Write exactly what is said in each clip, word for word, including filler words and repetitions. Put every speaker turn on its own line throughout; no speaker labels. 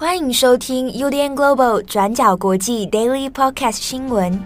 欢迎收听 U D N Global 转角国际 Daily Podcast 新闻。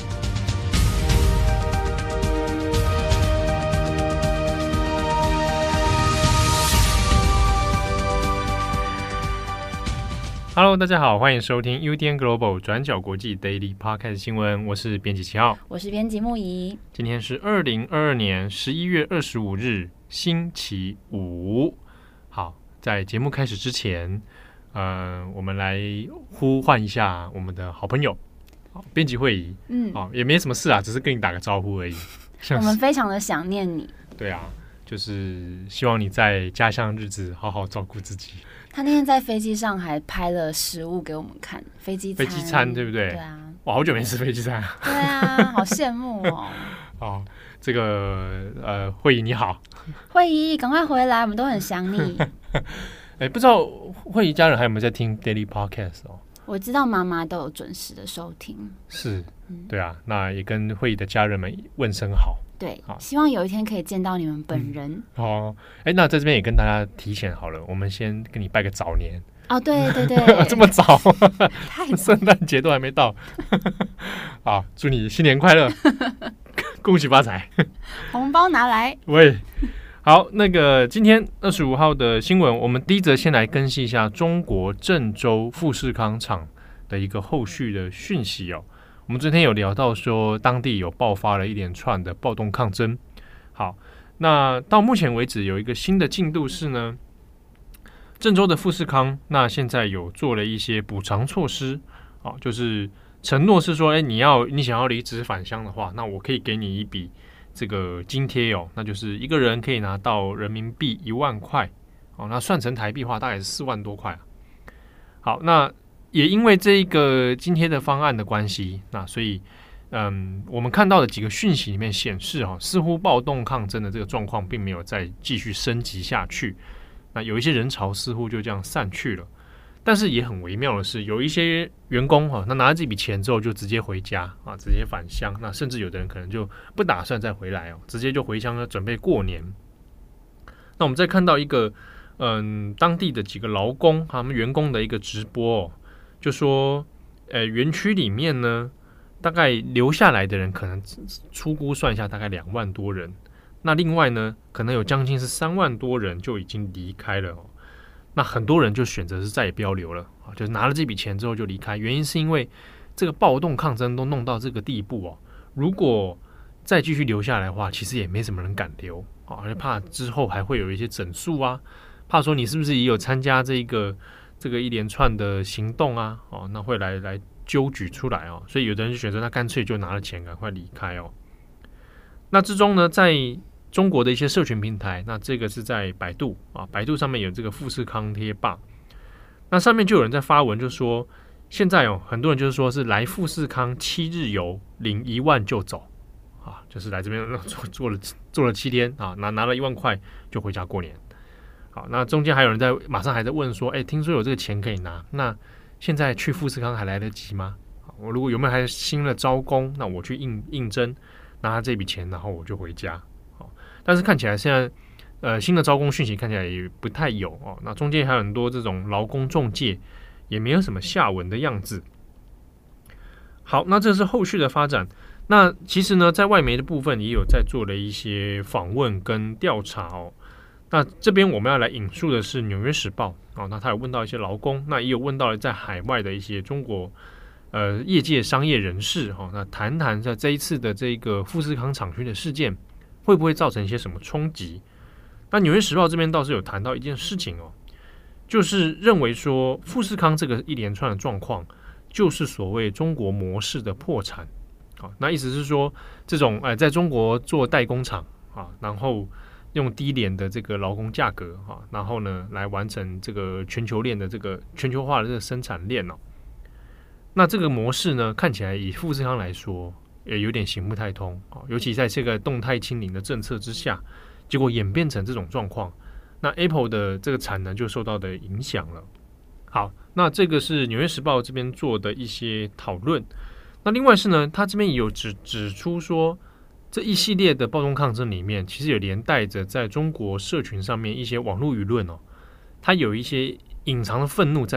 Hello， 大家好，欢迎收听 U D N Global 转角国际 Daily Podcast 新闻，我是编辑七号，
我是编辑木仪。今
天是二零二二年十一月二十五日，星期五。好，在节目开始之前，呃，我们来呼唤一下我们的好朋友，编辑会议，嗯，哦，也没什么事啊，只是跟你打个招呼而已。
我们非常的想念你。
对啊，就是希望你在家乡日子好好照顾自己。
他那天在飞机上还拍了食物给我们看，飞机餐，
飞机餐对不对？
对啊，
我好久没吃飞机餐。
对啊，好羡慕哦。
哦，这个呃，慧仪你好，
慧仪赶快回来，我们都很想你。
哎，不知道慧仪家人还有没有在听 Daily Podcast 哦？
我知道妈妈都有准时的收听。
是，嗯、对啊，那也跟慧仪的家人们问声好。
对，希望有一天可以见到你们本人。
嗯、哦，哎，那在这边也跟大家提前好了，我们先跟你拜个早年。
哦，对对对，
这么早，
太早，
圣诞节都还没到。好，祝你新年快乐，恭喜发财，
红包拿来。
喂，好，那个今天二十五号的新闻，我们第一则先来更新一下中国郑州富士康厂的一个后续的讯息哦。我们昨天有聊到说，当地有爆发了一连串的暴动抗争。好，那到目前为止有一个新的进度是呢，郑州的富士康那现在有做了一些补偿措施，哦，就是承诺是说，哎，你要你想要离职返乡的话，那我可以给你一笔这个津贴哦，那就是一个人可以拿到人民币一万块，哦，那算成台币的话大概是四万多块啊。好，那也因为这一个津贴的方案的关系，那所以，嗯，我们看到的几个讯息里面显示，哈，似乎暴动抗争的这个状况并没有再继续升级下去。那有一些人潮似乎就这样散去了，但是也很微妙的是，有一些员工哈，那拿了这笔钱之后就直接回家啊，直接返乡。那甚至有的人可能就不打算再回来哦，直接就回乡了，准备过年。那我们再看到一个，嗯，当地的几个劳工他们员工的一个直播哦。就说，呃，园区里面呢，大概留下来的人可能初估算一下，大概两万多人。那另外呢，可能有将近是三万多人就已经离开了哦。那很多人就选择是再也不要留了啊，就是拿了这笔钱之后就离开。原因是因为这个暴动抗争都弄到这个地步哦，如果再继续留下来的话，其实也没什么人敢留啊，而且怕之后还会有一些整肃啊，怕说你是不是也有参加这个。这个一连串的行动啊，哦，那会来来纠举出来哦，所以有的人就选择他干脆就拿了钱赶快离开哦。那之中呢，在中国的一些社群平台，那这个是在百度啊，百度上面有这个富士康贴吧，那上面就有人在发文就说，现在哦，很多人就是说是来富士康七日游，领一万就走啊，就是来这边做做了做了七天啊，拿拿了一万块就回家过年。好，那中间还有人在马上还在问说，哎，听说有这个钱可以拿，那现在去富士康还来得及吗？我如果有没有还新的招工，那我去应应征，拿他这笔钱，然后我就回家。好，但是看起来现在呃新的招工讯息看起来也不太有哦。那中间还有很多这种劳工中介，也没有什么下文的样子。好，那这是后续的发展。那其实呢，在外媒的部分也有在做了一些访问跟调查哦。那这边我们要来引述的是《纽约时报》哦，那他有问到一些劳工，那也有问到了在海外的一些中国呃业界商业人士哈、哦，那谈谈在这一次的这个富士康厂区的事件会不会造成一些什么冲击？那《纽约时报》这边倒是有谈到一件事情哦，就是认为说富士康这个一连串的状况，就是所谓中国模式的破产啊、哦，那意思是说这种呃在中国做代工厂啊，然后用低廉的这个劳工价格哈，然后呢来完成这个全球链的这个全球化的这个生产链哦。那这个模式呢，看起来以富士康来说，也有点行不太通啊。尤其在这个动态清零的政策之下，结果演变成这种状况，那 Apple 的这个产能就受到的影响了。好，那这个是《纽约时报》这边做的一些讨论。那另外是呢，他这边也有指指出说，这一系列的暴动抗争里面，其实也连带着在中国社群上面一些网络舆论哦，它有一些隐藏的愤怒在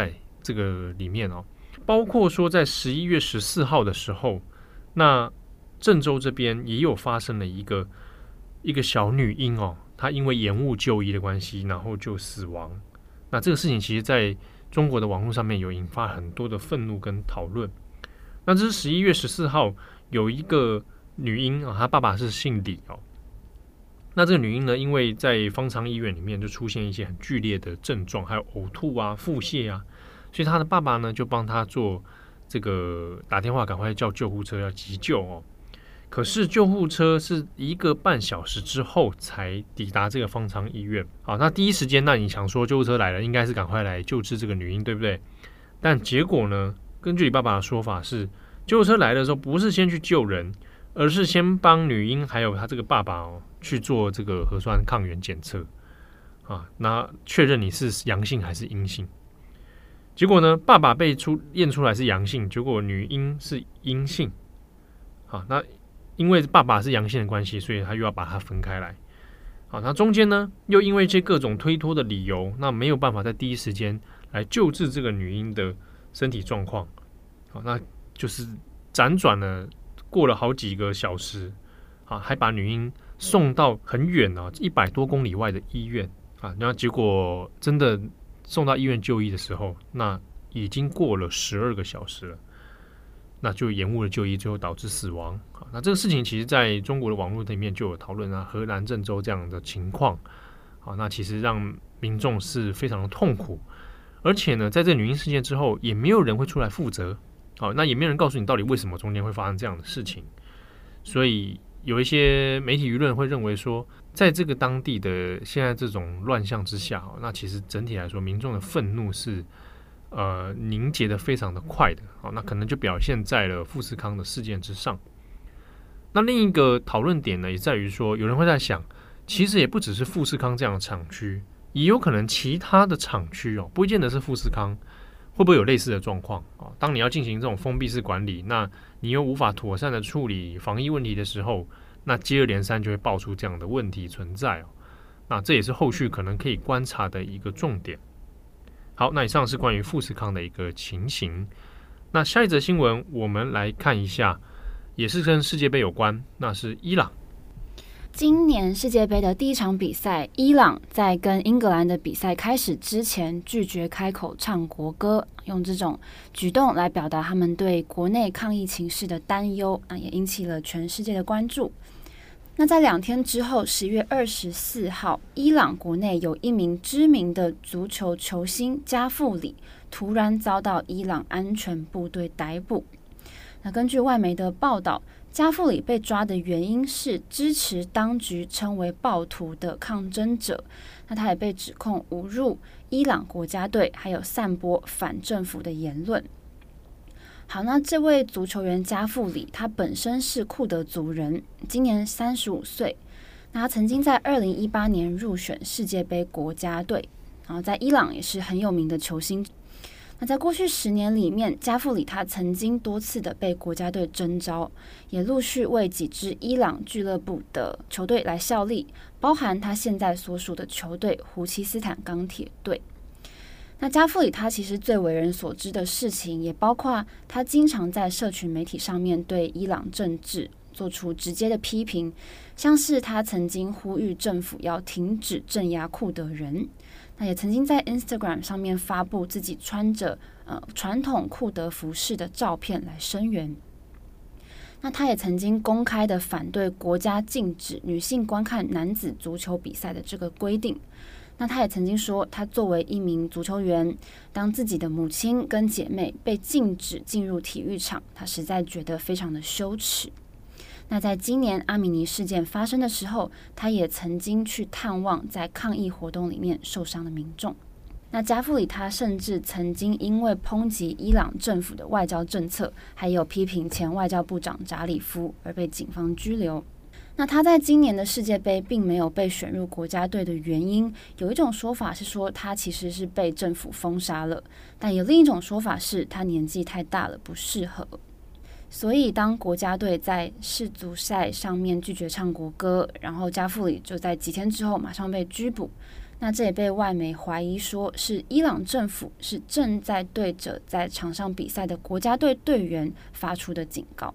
这个里面哦，包括说在十一月十四号的时候，那郑州这边也有发生了一个一个小女婴哦，她因为延误就医的关系，然后就死亡。那这个事情其实在中国的网络上面有引发很多的愤怒跟讨论。那这是十一月十四号有一个女婴啊，她爸爸是姓李哦。那这个女婴呢，因为在方舱医院里面就出现一些很剧烈的症状，还有呕吐啊、腹泻啊，所以她的爸爸呢就帮她做这个打电话，赶快叫救护车要急救哦。可是救护车是一个半小时之后才抵达这个方舱医院。好，那第一时间，那你想说救护车来了，应该是赶快来救治这个女婴，对不对？但结果呢，根据你爸爸的说法是，救护车来的时候不是先去救人，而是先帮女婴还有她这个爸爸哦去做这个核酸抗原检测啊，那确认你是阳性还是阴性。结果呢，爸爸被出验出来是阳性，结果女婴是阴性。好，那因为爸爸是阳性的关系，所以他又要把它分开来。好，那中间呢，又因为这各种推脱的理由，那没有办法在第一时间来救治这个女婴的身体状况。好，那就是辗转了，过了好几个小时，啊，还把女婴送到很远啊，一百多公里外的医院啊。然后结果真的送到医院就医的时候，那已经过了十二个小时了。那就延误了就医，最后导致死亡。好，那这个事情其实在中国的网络里面就有讨论啊，河南郑州这样的情况。好，那其实让民众是非常的痛苦，而且呢，在这女婴事件之后，也没有人会出来负责。好，那也没有人告诉你到底为什么中间会发生这样的事情。所以有一些媒体舆论会认为说，在这个当地的现在这种乱象之下，那其实整体来说，民众的愤怒是呃，凝结的非常的快的，好，那可能就表现在了富士康的事件之上。那另一个讨论点呢，也在于说，有人会在想，其实也不只是富士康这样的厂区，也有可能其他的厂区哦，不见得是富士康，会不会有类似的状况啊？当你要进行这种封闭式管理，那你又无法妥善的处理防疫问题的时候，那接二连三就会爆出这样的问题存在哦。那这也是后续可能可以观察的一个重点。好，那以上是关于富士康的一个情形。那下一则新闻，我们来看一下，也是跟世界杯有关，那是伊朗。
今年世界杯的第一场比赛，伊朗在跟英格兰的比赛开始之前，拒绝开口唱国歌，用这种举动来表达他们对国内抗疫情势的担忧，也引起了全世界的关注。那在两天之后，十月二十四号，伊朗国内有一名知名的足球球星加富里突然遭到伊朗安全部队逮捕。那根据外媒的报道，加富里被抓的原因是支持当局称为暴徒的抗争者。那他也被指控侮辱伊朗国家队，还有散播反政府的言论。好，那这位足球员加富里，他本身是库德族人，今年三十五岁。那他曾经在二零一八年入选世界杯国家队，然后在伊朗也是很有名的球星。那在过去十年里面，加富里他曾经多次的被国家队征召，也陆续为几支伊朗俱乐部的球队来效力，包含他现在所属的球队胡奇斯坦钢铁队。那加富里他其实最为人所知的事情，也包括他经常在社群媒体上面对伊朗政治做出直接的批评，像是他曾经呼吁政府要停止镇压库德人，那也曾经在 Instagram 上面发布自己穿着呃传统库德服饰的照片来声援。那他也曾经公开的反对国家禁止女性观看男子足球比赛的这个规定。那他也曾经说，他作为一名足球员，当自己的母亲跟姐妹被禁止进入体育场，他实在觉得非常的羞耻。那在今年阿米尼事件发生的时候，他也曾经去探望在抗议活动里面受伤的民众。那加富里他甚至曾经因为抨击伊朗政府的外交政策，还有批评前外交部长扎里夫而被警方拘留。那他在今年的世界杯并没有被选入国家队的原因，有一种说法是说他其实是被政府封杀了，但有另一种说法是他年纪太大了，不适合。所以当国家队在世足赛上面拒绝唱国歌，然后加富里就在几天之后马上被拘捕。 那这也被外媒怀疑说是伊朗政府是正在对着在场上比赛的国家队队员发出的警告。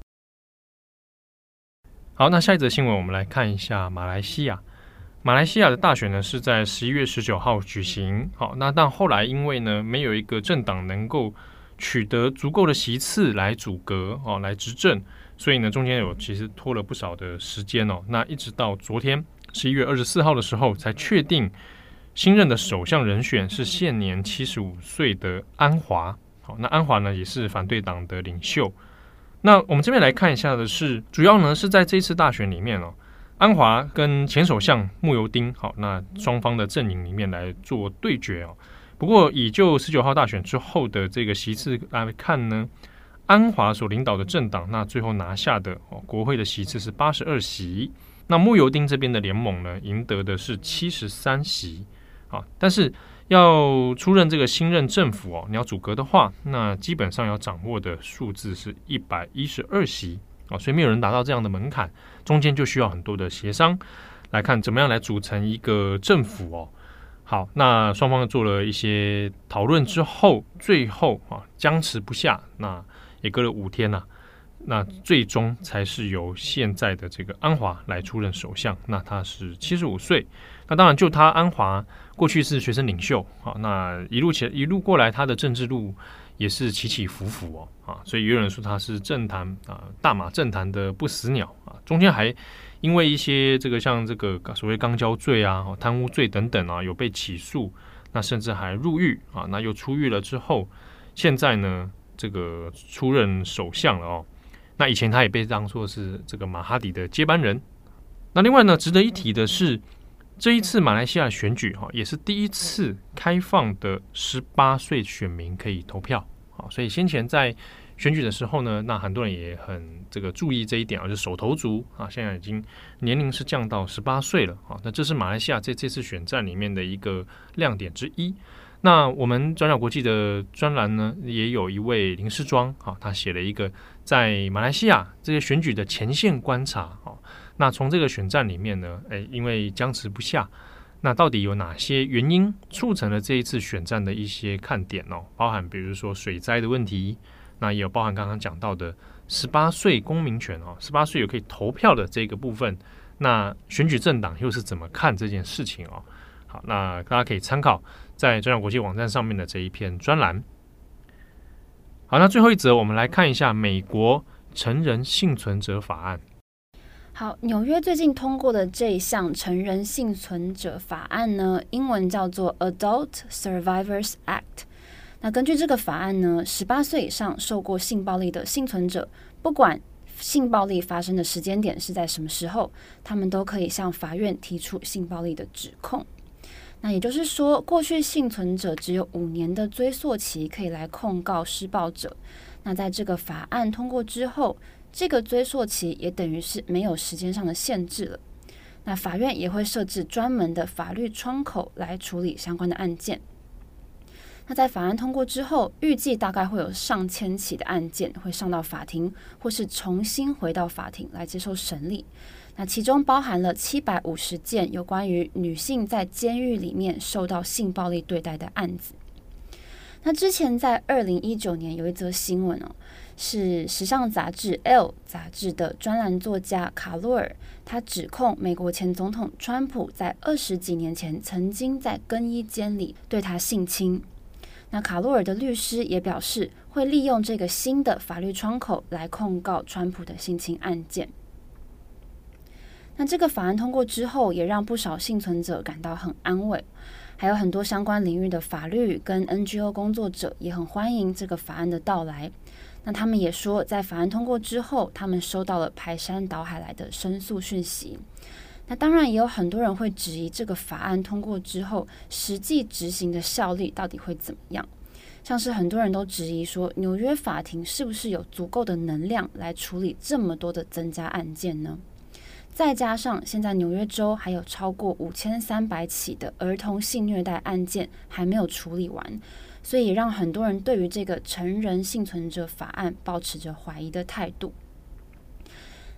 好，那下一则新闻我们来看一下马来西亚。马来西亚的大选呢是在十一月十九号举行，好，那但后来因为呢没有一个政党能够取得足够的席次来阻隔哦来执政，所以呢中间有其实拖了不少的时间哦。那一直到昨天十一月二十四号的时候才确定新任的首相人选是现年七十五岁的安华。好，那安华呢也是反对党的领袖。那我们这边来看一下的是，主要呢是在这一次大选里面哦。安华跟前首相慕尤丁，好，那双方的阵营里面来做对决哦。不过以就十九号大选之后的这个席次来看呢，安华所领导的政党，那最后拿下的、哦、国会的席次是八十二席，那慕尤丁这边的联盟呢，赢得的是七十三席啊。但是要出任这个新任政府哦，你要阻隔的话，那基本上要掌握的数字是一百一十二席。哦、所以没有人达到这样的门槛，中间就需要很多的协商，来看怎么样来组成一个政府哦。好，那双方做了一些讨论之后，最后啊僵持不下，那也隔了五天呐、啊，那最终才是由现在的这个安华来出任首相。那他是七十五岁，那当然就他安华过去是学生领袖啊，那一路起一路过来，他的政治路也是起起伏伏哦啊，所以有人说他是政坛啊大马政坛的不死鸟啊，中间还因为一些这个像这个所谓肛交罪啊、贪污罪等等啊，有被起诉，那甚至还入狱啊，那又出狱了之后，现在呢这个出任首相了哦。那以前他也被当作是这个马哈迪的接班人。那另外呢，值得一提的是，这一次马来西亚选举哈，也是第一次开放的十八岁选民可以投票。好，所以先前在选举的时候呢，那很多人也很这个注意这一点啊，就是首投族啊，现在已经年龄是降到十八岁了啊。那这是马来西亚在这次选战里面的一个亮点之一。那我们转角国际的专栏呢，也有一位林世庄啊，他写了一个在马来西亚这些选举的前线观察啊。那从这个选战里面呢，哎，因为僵持不下，那到底有哪些原因促成了这一次选战的一些看点哦？包含比如说水灾的问题，那也有包含刚刚讲到的十八岁公民权哦，十八岁有可以投票的这个部分，那选举政党又是怎么看这件事情哦？好，那大家可以参考在转角国际网站上面的这一篇专栏。好，那最后一则，我们来看一下美国成人幸存者法案。
好，纽约最近通过的这一项成人幸存者法案呢，英文叫做 Adult Survivors Act。那根据这个法案呢，十八岁以上受过性暴力的幸存者，不管性暴力发生的时间点是在什么时候，他们都可以向法院提出性暴力的指控。那也就是说，过去幸存者只有五年的追溯期可以来控告施暴者。那在这个法案通过之后，这个追溯期也等于是没有时间上的限制了。那法院也会设置专门的法律窗口来处理相关的案件。那在法案通过之后，预计大概会有上千起的案件会上到法庭，或是重新回到法庭来接受审理。那其中包含了七百五十件有关于女性在监狱里面受到性暴力对待的案子。那之前在二零一九年有一则新闻哦，是时尚杂志《Elle》杂志的专栏作家卡洛尔，他指控美国前总统川普在二十几年前曾经在更衣间里对他性侵。那卡洛尔的律师也表示，会利用这个新的法律窗口来控告川普的性侵案件。那这个法案通过之后，也让不少幸存者感到很安慰，还有很多相关领域的法律跟 N G O 工作者也很欢迎这个法案的到来。那他们也说，在法案通过之后，他们收到了排山倒海来的申诉讯息。那当然也有很多人会质疑这个法案通过之后，实际执行的效率到底会怎么样？像是很多人都质疑说，纽约法庭是不是有足够的能量来处理这么多的增加案件呢？再加上现在纽约州还有超过五千三百起的儿童性虐待案件还没有处理完，所以让很多人对于这个成人幸存者法案抱持着怀疑的态度。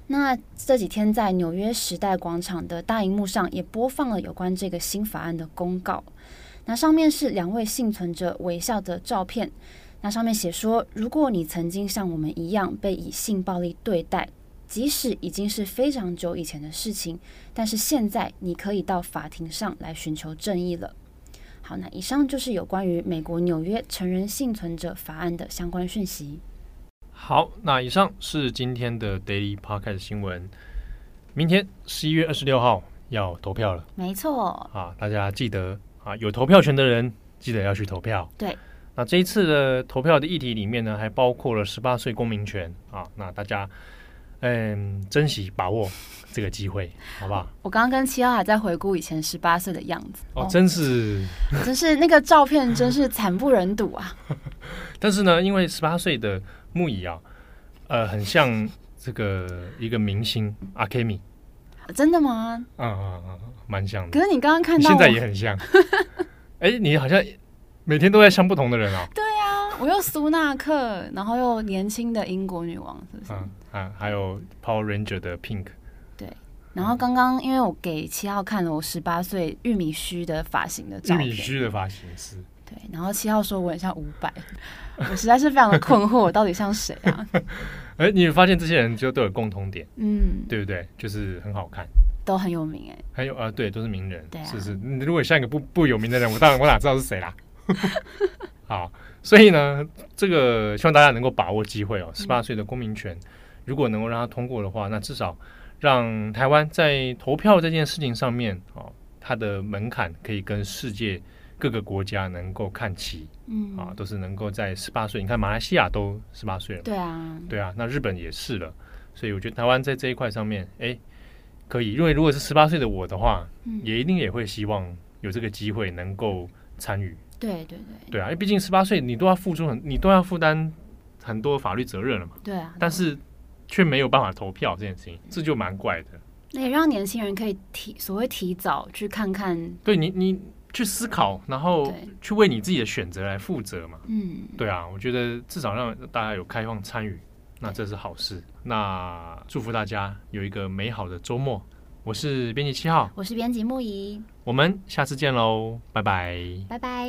那这几天在纽约时代广场的大荧幕上也播放了有关这个新法案的公告。那上面是两位幸存者微笑的照片。那上面写说，如果你曾经像我们一样被以性暴力对待，即使已经是非常久以前的事情，但是现在你可以到法庭上来寻求正义了。好，那以上就是有关于美国纽约成人幸存者法案的相关讯息。
好，那以上是今天的 Daily Podcast 新闻。明天十一月二十六号要投票了，
没错
啊，大家记得啊，有投票权的人记得要去投票。
对，
那这一次的投票的议题里面呢，还包括了十八岁公民权啊，那大家嗯珍惜把握这个机会，好不好？
我刚刚跟七号还在回顾以前十八岁的样子，
哦，真是，
真是那个照片真是惨不忍睹啊！
但是呢，因为十八岁的木乙啊，呃，很像这个一个明星阿 Kemi，
真的吗？
嗯嗯嗯，蛮像的。
可是你刚刚看到我，
你现在也很像。哎、欸，你好像每天都在像不同的人啊。
对啊，我又苏纳克，然后又年轻的英国女王，是不是？
嗯，还还有 Power Ranger 的 Pink。
对，然后刚刚因为我给七号看了我十八岁玉米须的发型的照片，
玉米须的发型是。
对，然后七号说我很像伍佰，我实在是非常的困惑，我到底像谁啊？
哎、欸，你发现这些人就都有共同点，
嗯，
对不对？就是很好看，
都很有名哎、欸，
还有啊，对，都是名人，
对啊，
是是。如果像一个不不有名的人，我当然我哪知道是谁啦？好，所以呢，这个希望大家能够把握机会哦。十八岁的公民权，如果能够让它通过的话，那至少让台湾在投票这件事情上面哦，它的门槛可以跟世界各个国家能够看齐，嗯啊，都是能够在十八岁。你看马来西亚都十八岁了，
对啊，
对啊，那日本也是了。所以我觉得台湾在这一块上面，哎，可以。因为如果是十八岁的我的话，嗯，也一定也会希望有这个机会能够参与。
对对对，
对啊，因为毕竟十八岁你都要付出很，你都要负担很多法律责任了嘛。
对啊，
但是却没有办法投票这件事情，这就蛮怪的。
那也让年轻人可以提所谓提早去看看，
对你你去思考，然后去为你自己的选择来负责嘛。嗯，对啊，我觉得至少让大家有开放参与，那这是好事。那祝福大家有一个美好的周末。我是编辑七号，
我是编辑木仪，
我们下次见喽，拜拜，
拜拜。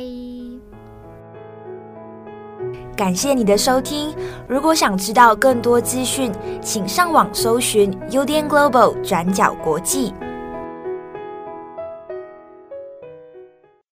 感谢你的收听。如果想知道更多资讯，请上网搜寻 U D N Global 转角国际。